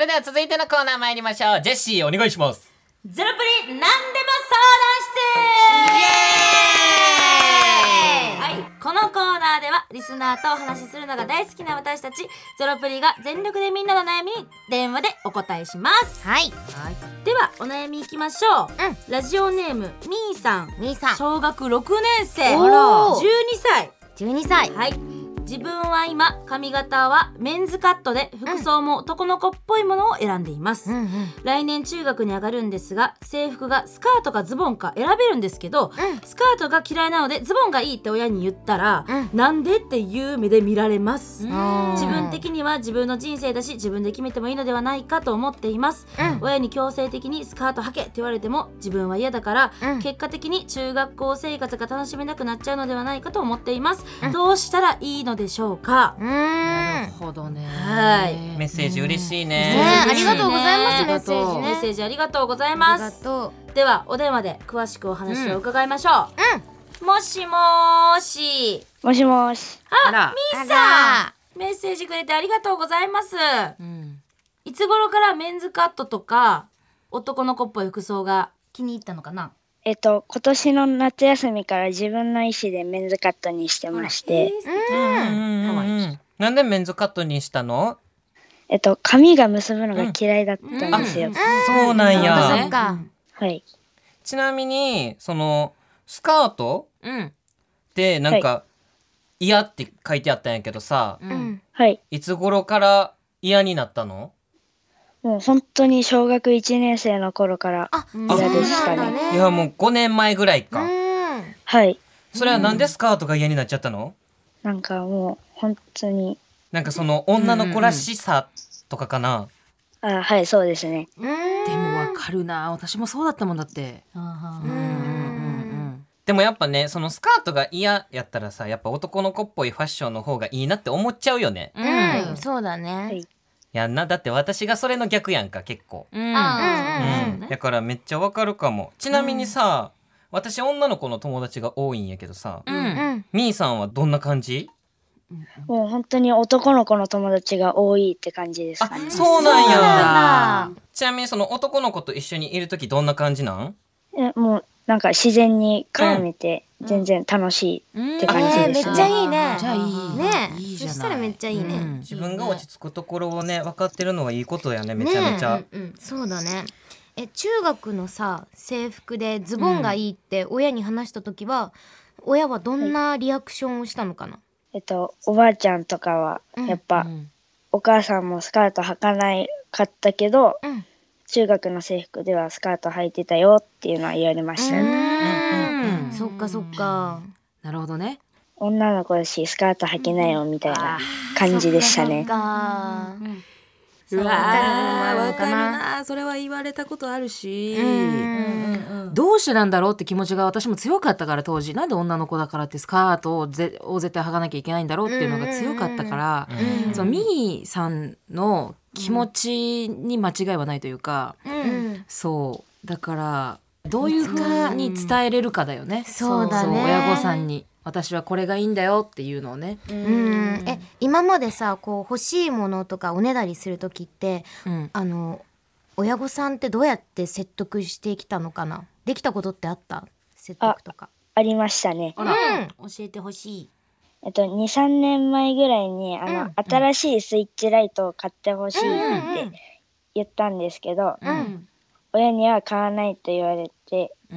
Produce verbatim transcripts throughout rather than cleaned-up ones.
では続いてのコーナー参りましょう。ジェシーお願いします。 ゼロプリなんでも相談室。はい、このコーナーではリスナーとお話しするのが大好きな私たちゼロプリが全力でみんなの悩みに電話でお答えします。 はい、 はい、ではお悩みいきましょう、うん、ラジオネームみーさん。 みーさん、 小学ろくねん生、 あらじゅうにさい。 じゅうにさい。 はい、自分は今髪型はメンズカットで服装も男の子っぽいものを選んでいます、うんうん、来年中学に上がるんですが制服がスカートかズボンか選べるんですけど、うん、スカートが嫌いなのでズボンがいいって親に言ったら、うん、なんでっていう目で見られます、うん、自分的には自分の人生だし自分で決めてもいいのではないかと思っています、うん、親に強制的にスカート履けって言われても自分は嫌だから、うん、結果的に中学校生活が楽しめなくなっちゃうのではないかと思っています、うん、どうしたらいいのでしょうか。 うーん、 なるほどね。はい、 メッセージ嬉しいね。 ね、ありがとうございます。メッセージね。 メッセージありがとうございます。ではお電話で詳しくお話を伺いましょう。うん、もしもーし。 もしもし。 あ、みーさん、メッセージくれてありがとうございます。うん、いつ頃からメンズカットとか男の子っぽい服装が気に入ったのかな。 えっと、今年の夏休みから自分の意思でメンズカットにしてまして、 なんでメンズカットにしたの？ えっと、髪が結ぶのが嫌いだったんですよ。 うん、そうなんや。 そっか。 はい。 ちなみにそのスカートってなんか嫌って書いてあったんやけどさ、 うん、はい。 いつ頃から嫌になったの？ もう本当に小学いちねん生の頃から嫌でしたね。 いやもうごねんまえぐらいか。 はい。 それはなんでスカートが嫌になっちゃったの？ なんかもう本当になんかその女の子らしさとかかな。 うんうんうん、あ、はい、そうですね。 でもわかるな、私もそうだったもんだって。 でもやっぱね、そのスカートが嫌やったらさ、やっぱ男の子っぽいファッションの方がいいなって思っちゃうよね。 うん、そうだね。はい、 やんな、だって私がそれの逆やんか結構。うん、うんうん、だからめっちゃわかるかも。ちなみにさ、うん、私女の子の友達が多いんやけどさ、うん、みーさんはどんな感じ？ もう本当に男の子の友達が多いって感じですかね。 あ、そうなんや。ちなみにその男の子と一緒にいるときどんな感じなん？ え、もうなんか自然に絡めて全然楽しいって感じですね。 うんうん、めっちゃいいね。 じゃあいいね。いいじゃない。そしたらめっちゃいいね。うん、 自分が落ち着くところをね分かってるのはいいことやね。めちゃめちゃ。ね、 うんうん、そうだね。え、中学のさ制服でズボンがいいって親に話したときは、うん、親はどんなリアクションをしたのかな？ えっと、おばあちゃんとかはやっぱ、うん、お母さんもスカート履かないかったけど、うん、中学の制服ではスカート履いてたよっていうのは言われましたね。 うんうん、そっかそっか。 なるほどね。 女の子だしスカート履けないよみたいな感じでしたね。 うわー、わかるな。それは言われたことあるし、うんうんうん、どうしてなんだろうって気持ちが私も強かったから、当時なんで女の子だからってスカートをぜを絶対履かなきゃいけないんだろうっていうのが強かったから、うんうん、そのミーさんの気持ちに間違いはないというか、うん、そうだからどういう風に伝えれるかだよね。 そうだね。 親御さんに私はこれがいいんだよっていうのをね。 うん、え、今までさこう欲しいものとかおねだりする時って、うん、あの親御さんってどうやって説得してきたのかな？できたことってあった？説得とか。 あ、ありましたね。 あら、うん、教えてほしい。 えっと、にさんねんまえぐらいにあの、うん、新しいスイッチライトを買ってほしいって言ったんですけど、うん、親には買わないと言われて、うん、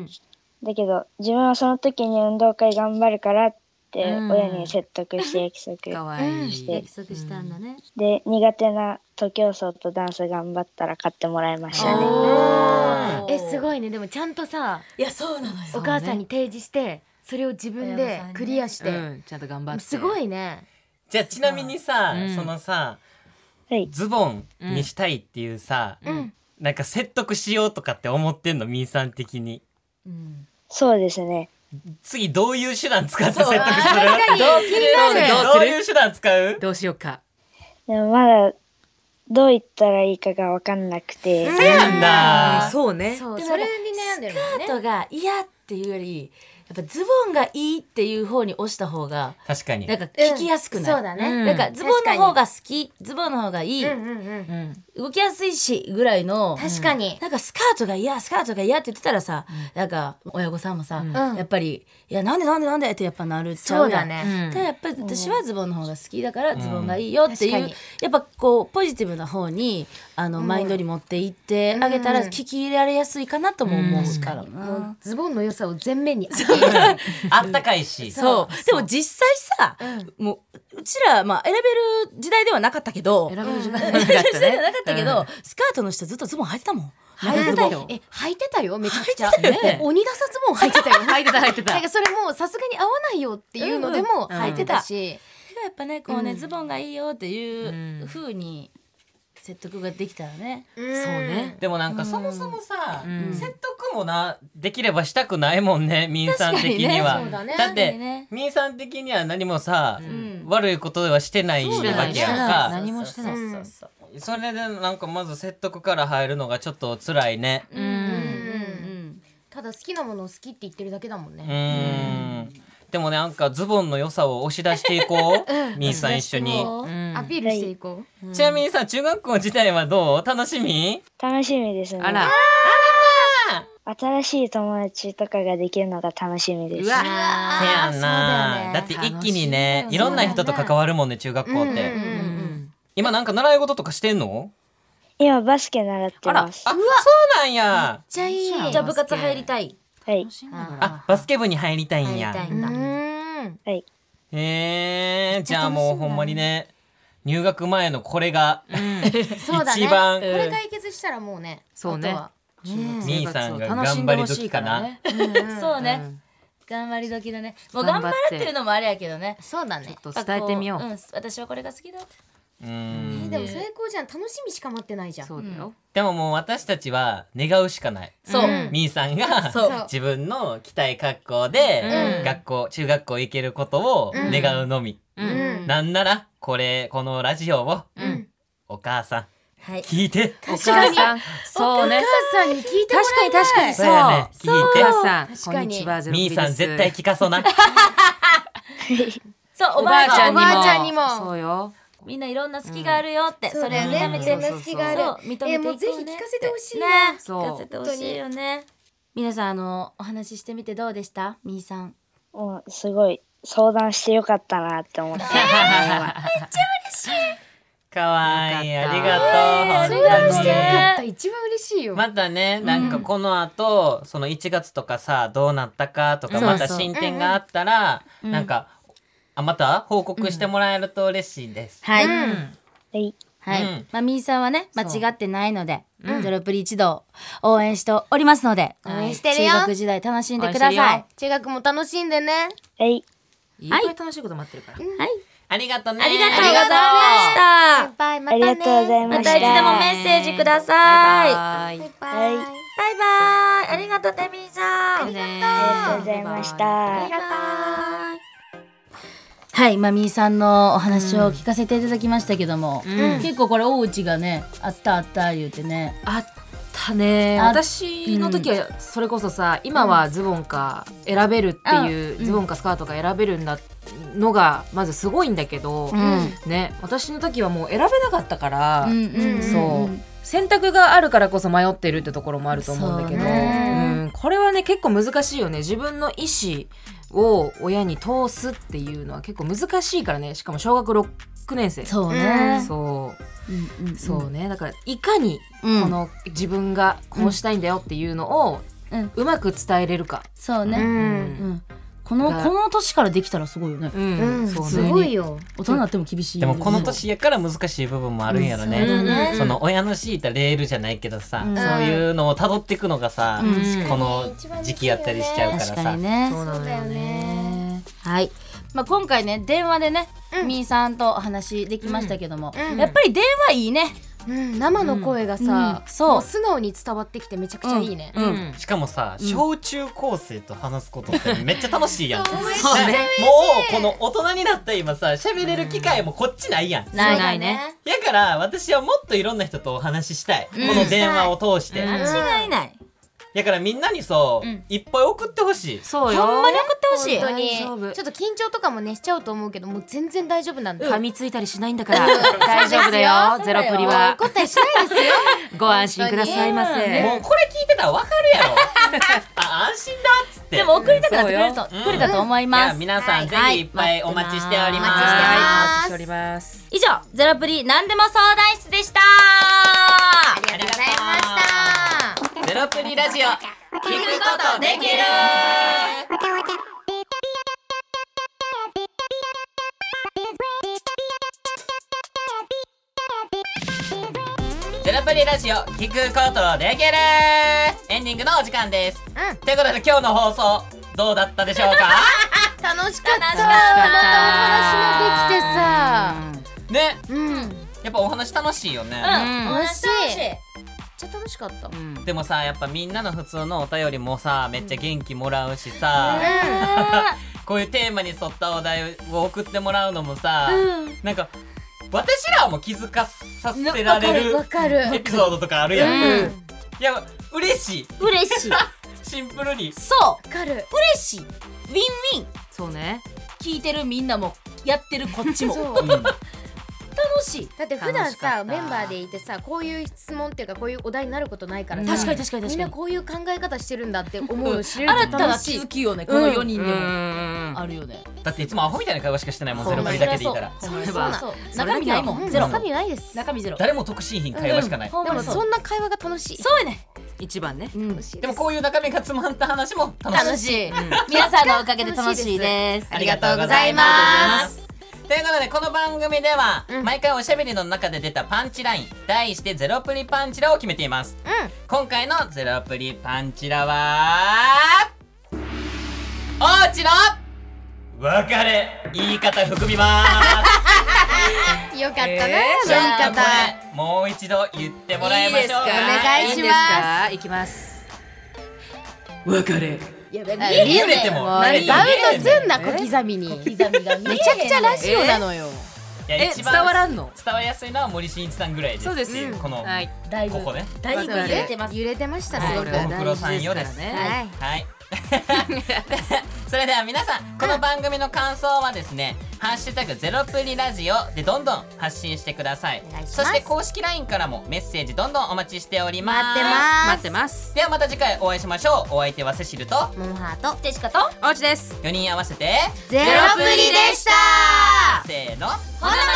だけど自分はその時に運動会頑張るからって親に説得して約束して、うん、かわいい約束したんだね。 で、苦手な徒競走とダンス頑張ったら買ってもらいましたね。 え、すごいね。でもちゃんとさ、 いや、そうなのよ、 お母さんに提示してそれを自分でクリアして、ね、うん、 ちゃんと頑張って、 すごいね。 じゃあちなみにさ、うん、そのさ、 はい、 ズボンにしたいっていうさ、うん、なんか説得しようとかって思ってんの？みーさん的に、 うん、そうですね。 次どういう手段使って説得する？どうする？どういう手段使う？ どうしようか。 でもまだどう言ったらいいかが分かんなくて。 そうなんだ。 そうね。 そう、それに悩んでるもんね。 スカートが嫌っていうより、やっぱぱズボンがいいっていう方に押した方が確かになんか聞きやすくない、 そうだね。 なんかズボンの方が好き、ズボンの方がいい、 うんうんうん動きやすいしぐらいの、 確かに。 なんかスカートが嫌スカートが嫌って言ってたらさ、なんか親御さんもさ、 んやっぱりいやなんでなんでなんでってやっぱなるっちゃそううやん。 だね。 ただやっぱり私はズボンの方が好きだからズボンがいいよっていう、 確かにやっぱこうポジティブな方にあの、マインドに持っていってあげたら聞き入れられやすいかなとも思うからな、 もうズボンの良さを前面にアピールする。 あったかいしそうでも実際さ、もううちらまあ選べる時代ではなかったけど選べる時間選べる時代ではなかったけど、スカートの人ずっとズボン履いてたもん。 履いてたよ。え、履いてたよ、めちゃくちゃ。 ね鬼ダサズボン履いてたよ。 履いてた履いてたなんかそれもうさすがに合わないよっていうのでも履いてたし。 やっぱねこうね、ズボンがいいよっていう風に説得ができたらね、 そうそうね。 でもなんかそもそもさ、 ん説得もなできればしたくないもんね、みんさん的には。 そうだね。 だっ確かてにねみんさん的には何もさ、 ん悪いことはしてないそうだよわけやんか。 何もしてないそうそうそうそれでなんかまず説得から入るのがちょっと辛いね。 うんうんうんただ好きなものを好きって言ってるだけだもんうね。 ーん。でもねなんかズボンの良さを押し出していこう。みんさん一緒に。 うんアピールしていこう。 ちなみにさ中学校自体はどう？楽しみ？ 楽しみですね。 あら新しい友達とかができるのが楽しみです。 うわせやんな。だって一気にねいろんな人と関わるもんね中学校って。 うんうん今なんか習い事とかしてんの？ 今バスケ習ってます。 あ、そうなんや。 じゃあいい。 じゃあ部活入りたい。 はい。 あ、バスケ部に入りたいんや。 う入りたいんだ。 ーん。 はい。 へえ、じゃあもうほんまにね、入学前のこれがそうだね。 一番これ解決したらもうね。 そうねあとはねみーさんが頑張り時かな。 そうね。頑張り時だね。もう頑張るっていうのもあれやけどね。 そうだね。 ちょっと伝えてみよう。 ん、私はこれが好きだ。 うーん。 でも最高じゃん。楽しみしか待ってないじゃん。 そうだよ。 でももう私たちは願うしかない。 そう。 うんみーさんがそう自分の着たい格好でうん学校中学校行けることを願うのみ。 うん。 なんならこれこのラジオをうん。 お母さんはい。 聞いて。 お母さん、そうね。 お母さんに聞いてもら確かに確かにそう。 そうやね聞いてお母さん、 確かにこんにちは、ゼロみーさん絶対聞かそうな。 そう、 おばあちゃんにも。 おばあちゃんにもそうよ。 みんないろんな好きがあるよって、それを認めていろんな好きがある。 そう認めていこうねえもうぜひ聞かせてほしいねな。 そう聞かせてほしいよね。皆さんあのお話ししてみてどうでしたみーさん。 もうすごい相談してよかったなって思って。 かわいい、ありよがかったとう。 相談して本当にねだ一番嬉しいよ。 またね、なんかこの後、そのいちがつとかさ、どうなったかとか、 そうまた進展があったら、なんか、あ、また報告してもらえると嬉しいです。 はい。 はい。 はい。 うんまあみーさんはね間違ってないので、ゼロプリ一同応援しておりますので、 応援してるよ中学時代楽しんでくだ応援してるよさい。 中学も楽しんでね。 はい。 いっぱい楽しいこと待ってるから。 はい。 ありがとうね。 ありがとうございました。 バイバイまありたね。 がとうございまましたいつでもメッセージください。 バイバイ。 バイバはいイ。 バイバイ。ありがとうねみーさん。 ありありがとうございました。 ありがとう。はい、まみーさんのお話を聞かせていただきましたけども、 うん結構これ大内がねあったあった言うてね。 あったね。 あ私の時はそれこそさ、今はズボンか選べるっていう、 うんズボンかスカートか選べるんだのがまずすごいんだけど、 うんね、私の時はもう選べなかったから、 うんうんそう選択があるからこそ迷ってるってところもあると思うんだけど、 そうねうん、これはね結構難しいよね。自分の意思を親に通すっていうのは結構難しいからね。しかも小学ろくねん生。 そうね。 そううんうんそうね。だからいかにうんこの自分がこうしたいんだよっていうのをうんうまく伝えれるか。 そうね。 う。 うんんこのがこの年からできたらすごいよね。 うん、 うん、 そうね。 すごいよ。 大人になっても厳しい。 でもこの年やから難しい部分もあるんやろうんね。 そうだねその親の敷いたレールじゃないけどさ、 うんそういうのを辿っていくのがさ、 うんこの時期やったりしちゃうから確かさに。ね。 そうなのよね。 はい。まあ今回ね電話でね、みーさんとお話できましたけども、 うんやっぱり電話いいね。 うん、生の声がうんさ、 そうもう素直に伝わってきてめちゃくちゃいいね。 うんしかもさ、小中高生と話すことってめっちゃ楽しいやん。 そうめっちゃそうねもうこの大人になった今さ、喋れる機会もこっちないやん。 ないないね。 やから私はもっといろんな人とお話ししたい。この電話を通して。 うん間違いない。 だからみんなにそう、うん、いっぱい送ってほしい。 そうよ、ほんまに送ってほしい。 本当にちょっと緊張とかもねしちゃうと思うけど、もう全然大丈夫なんだ。 噛みついたりしないんだから大丈夫だよ。ゼロプリは怒ったりしないですよご安心くださいませ。 もうこれ聞いてたらわかるやろあ、安心だっつって。 でも送りたくなってくれると、くれたと思います。 うん、皆さん、はい、ぜひいっぱいお待ちしております。 お待ちしております。以上、ゼロプリ何でも相談室でした。 ありがとうございました。ゼロプリラジオ、聞くことできる。ゼロプリラジオ、聞くことできる。エンディングのお時間です。うん、ということで今日の放送どうだったでしょうか楽しかった。またお話もできてさ。 ね、うん、やっぱお話楽しいよね。 うん、楽しい。めっちゃ楽しかった、うん、 でもさ、やっぱみんなの普通のお便りもさ、めっちゃ元気もらうしさ、うん、こういうテーマに沿ったお題を送ってもらうのもさ、うん、なんか私らも気づかさせられるエピソードとかあるやん、うん、いや嬉しい嬉しいシンプルにそうわかる、 嬉しい、ウィンウィン。そうね、聞いてるみんなもやってるこっちもそう、うん、楽しい。 だって普段さメンバーでいてさ、こういう質問っていうかこういうお題になることないからさ、 確かに確かに確かにみんなこういう考え方してるんだって思うの知れると楽しい。新たな気づきよね、このよにんでもあるよね。 だっていつもアホみたいな会話しかしてないもん、ゼロプリだけでいいから。 そうそう、中身ないもん、ゼロ。 中身ないです。 中身ゼロ。 誰も得しひん会話しかない。 でもそんな会話が楽しい。 そうやね、一番ね。 でもこういう中身が詰まった話も楽しい。 楽しい。皆さんのおかげで楽しいです。 ありがとうございます。 ということでこの番組では、うん、毎回おしゃべりの中で出たパンチライン、題してゼロプリパンチラを決めています、うん、今回のゼロプリパンチラはおうちの別れ言い方含みますよかったね、その言い方。 これもう一度言ってもらいましょう。いいですか、 お願いします。 いきます。 別れ。 いや、揺れてもバウンドすんな、小刻みに。小刻みがめちゃくちゃラジオなのよ。 え、伝わらんの？ 伝わりやすいのは森進一さんぐらいです。 そうです。 このここね。 だいぶ揺れてます。 揺れてましたすごく。 おふくろさんよですね。はい。それでは皆さん、この番組の感想はですね、ハッシュタグゼロプリラジオでどんどん発信してください。そして公式 ライン からもメッセージどんどんお待ちしております。 待ってます。 待ってます。 ではまた次回お会いしましょう。お相手はセシルとモンハート、 ジェシカとおうちです。 よにん合わせてゼロプリでした。 せーの、ほなまた。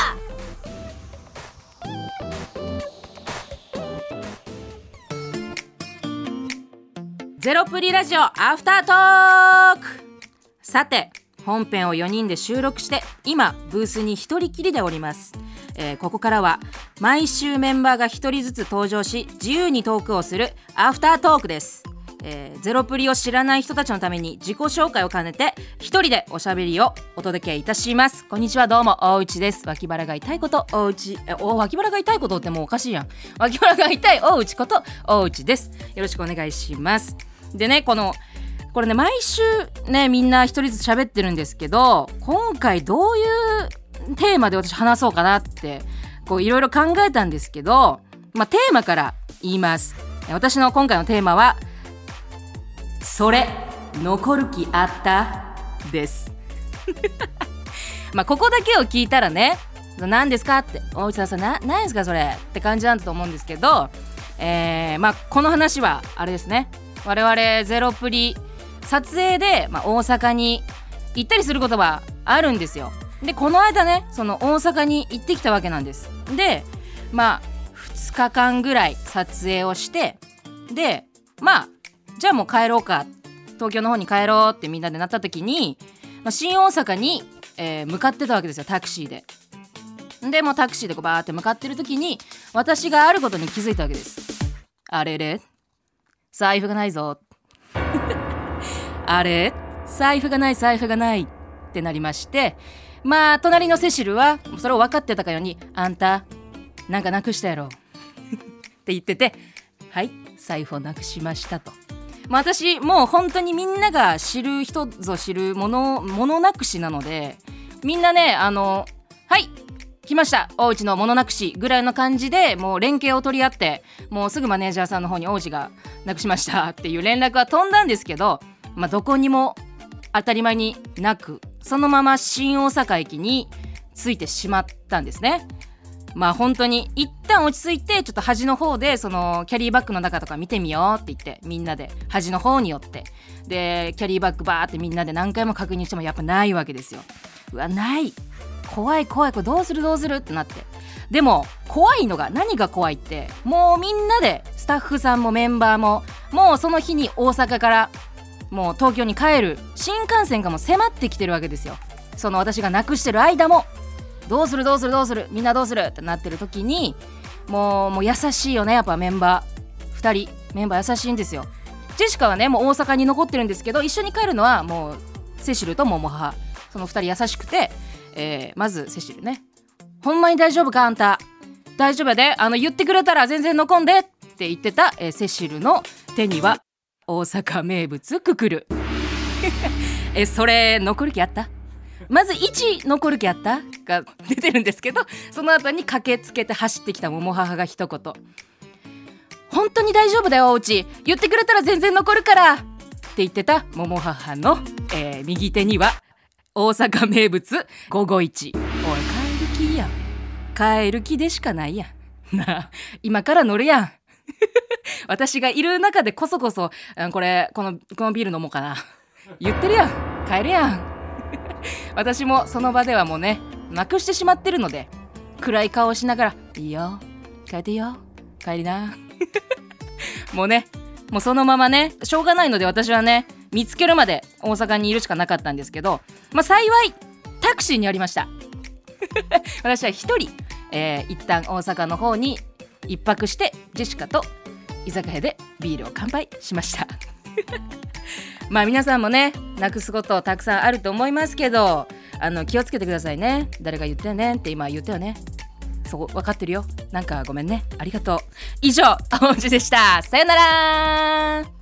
ゼロプリラジオアフタートーク。さて、本編をよにんで収録して今ブースに一人きりでおります、えー、ここからは毎週メンバーが一人ずつ登場し自由にトークをするアフタートークです、えー、ゼロプリを知らない人たちのために自己紹介を兼ねて一人でおしゃべりをお届けいたします。こんにちは、どうも、大内です。脇腹が痛いこと大内、えお脇腹が痛いことってもうおかしいやん。脇腹が痛い大内こと大内です。よろしくお願いします。でね、このこれね、毎週ねみんな一人ずつ喋ってるんですけど、今回どういうテーマで私話そうかなってこういろいろ考えたんですけど、まあ、テーマから言います。私の今回のテーマはそれ残る気あったですまあここだけを聞いたらね、何ですかって、大内さんな何ですかそれって感じなんだと思うんですけど、えー、まあこの話はあれですね、我々ゼロプリ撮影で、まあ、大阪に行ったりすることはあるんですよ。でこの間ね、その大阪に行ってきたわけなんです。でまあふつかかんぐらい撮影をして、でまあじゃあもう帰ろうか、東京の方に帰ろうってみんなでなった時に、まあ、新大阪に、えー、向かってたわけですよ、タクシーで。でもうタクシーでこうバーって向かってる時に私があることに気づいたわけです。あれれ財布がないぞあれ財布がない財布がないってなりまして、まあ隣のセシルはそれを分かってたかように、あんたなんかなくしたやろって言ってて、はい財布をなくしましたと。まあ、私もう本当にみんなが知る人ぞ知るものものなくしなので、みんなねあのはい来ましたおうちのものなくしぐらいの感じでもう連携を取り合って、もうすぐマネージャーさんの方におうちがなくしましたっていう連絡は飛んだんですけど、まあ、どこにも当たり前になく、そのまま新大阪駅に着いてしまったんですね。まあ本当に一旦落ち着いて、ちょっと端の方でそのキャリーバッグの中とか見てみようって言って、みんなで端の方に寄って、でキャリーバッグバーってみんなで何回も確認してもやっぱないわけですよ。うわない、怖い怖い、これどうするどうするってなって、でも怖いのが、何が怖いって、もうみんなでスタッフさんもメンバーももうその日に大阪からもう東京に帰る新幹線がもう迫ってきてるわけですよ。その私がなくしてる間もどうするどうするどうするみんなどうするってなってる時に、もうもう優しいよね、やっぱメンバーふたりメンバー優しいんですよ。ジェシカはねもう大阪に残ってるんですけど、一緒に帰るのはもうセシルとモモハ、そのふたり優しくて、えー、まずセシルね、ほんまに大丈夫かあんた、大丈夫やで、あの言ってくれたら全然残んでって言ってた、えー、セシルの手には大阪名物ククルえそれ残る気あった？まずいち残る気あったが出てるんですけど、その後に駆けつけて走ってきた桃母が一言、本当に大丈夫だよおうち、言ってくれたら全然残るからって言ってた桃母の、えー、右手には大阪名物ごごいち。おい帰る気やん、帰る気でしかないやんなあ、今から乗るやん私がいる中でこそこそこれこのこのビール飲もうかな言ってるやん、帰るやん私もその場ではもうねなくしてしまってるので、暗い顔をしながらいいよ帰っていいよ帰りなもうねもうそのままね、しょうがないので私はね見つけるまで大阪にいるしかなかったんですけど、まあ幸いタクシーにありました私は一人、えー、一旦大阪の方に一泊して、ジェシカと居酒屋でビールを乾杯しましたまあ皆さんもねなくすことたくさんあると思いますけど、あの気をつけてくださいね。誰が言ってんねんって今言ったよね、そう分かってるよ、なんかごめんね、ありがとう。以上、おうちでした。さよなら。